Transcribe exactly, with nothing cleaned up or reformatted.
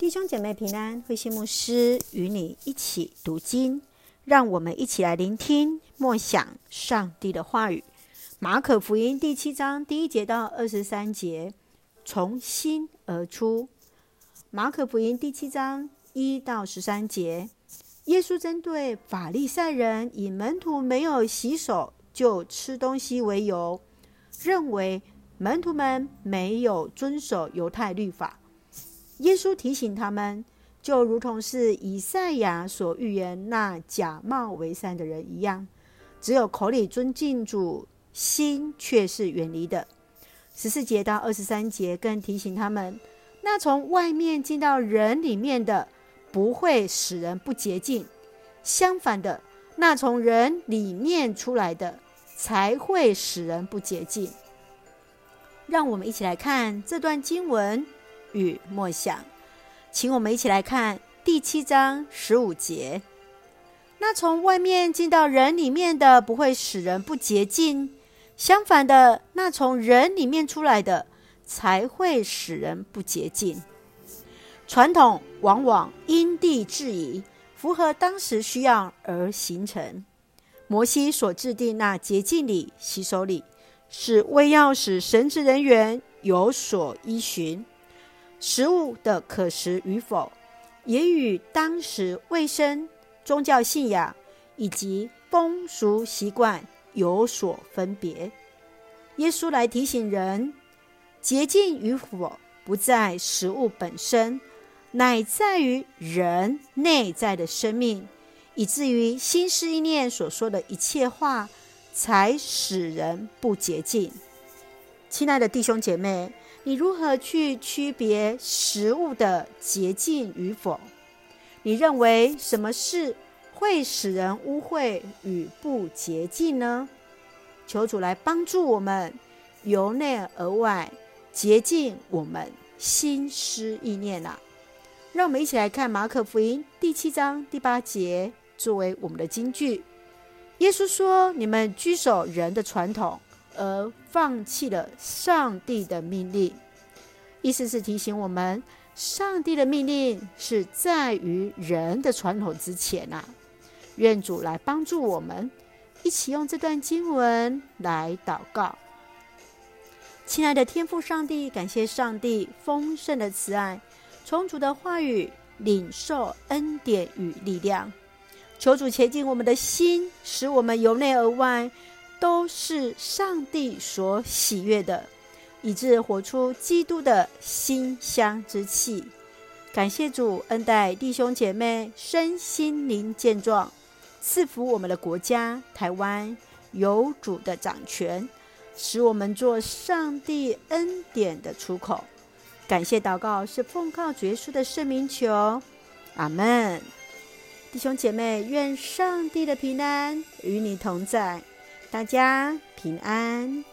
弟兄姐妹平安，慧馨牧师与你一起读经，让我们一起来聆听默想上帝的话语。马可福音第七章第一节到二十三节，从心而出。马可福音第七章一到十三节，耶稣针对法利赛人以门徒没有洗手就吃东西为由，认为门徒们没有遵守犹太律法。耶稣提醒他们，就如同是以赛亚所预言那假冒为善的人一样，只有口里尊敬主，心却是远离的。十四节到二十三节更提醒他们，那从外面进到人里面的，不会使人不洁净，相反的，那从人里面出来的，才会使人不洁净。让我们一起来看这段经文与默想，请我们一起来看第七章十五节。那从外面进到人里面的，不会使人不洁净，相反的，那从人里面出来的，才会使人不洁净。传统往往因地制宜，符合当时需要而形成。摩西所制定那洁净礼、洗手礼，是为要使神职人员有所依循。食物的可食与否，也与当时卫生、宗教信仰以及风俗习惯有所分别。耶稣来提醒人，洁净与否不在食物本身，乃在于人内在的生命，以至于心思意念所说的一切话，才使人不洁净。亲爱的弟兄姐妹，你如何去区别食物的洁净与否？你认为什么事会使人污秽与不洁净呢？求主来帮助我们，由内而外洁净我们心思意念啊！让我们一起来看马可福音第七章第八节作为我们的金句。耶稣说，你们居守人的传统，而放弃了上帝的命令。意思是提醒我们，上帝的命令是在于人的传统之前啊。愿主来帮助我们，一起用这段经文来祷告。亲爱的天父上帝，感谢上帝丰盛的慈爱，从主的话语领受恩典与力量。求主洁净我们的心，使我们由内而外都是上帝所喜悦的，以致活出基督的馨香之气。感谢主恩待弟兄姐妹身心灵健壮，赐福我们的国家台湾有主的掌权，使我们做上帝恩典的出口。感谢祷告是奉靠主耶稣的圣名求，阿们。弟兄姐妹，愿上帝的平安与你同在，大家平安。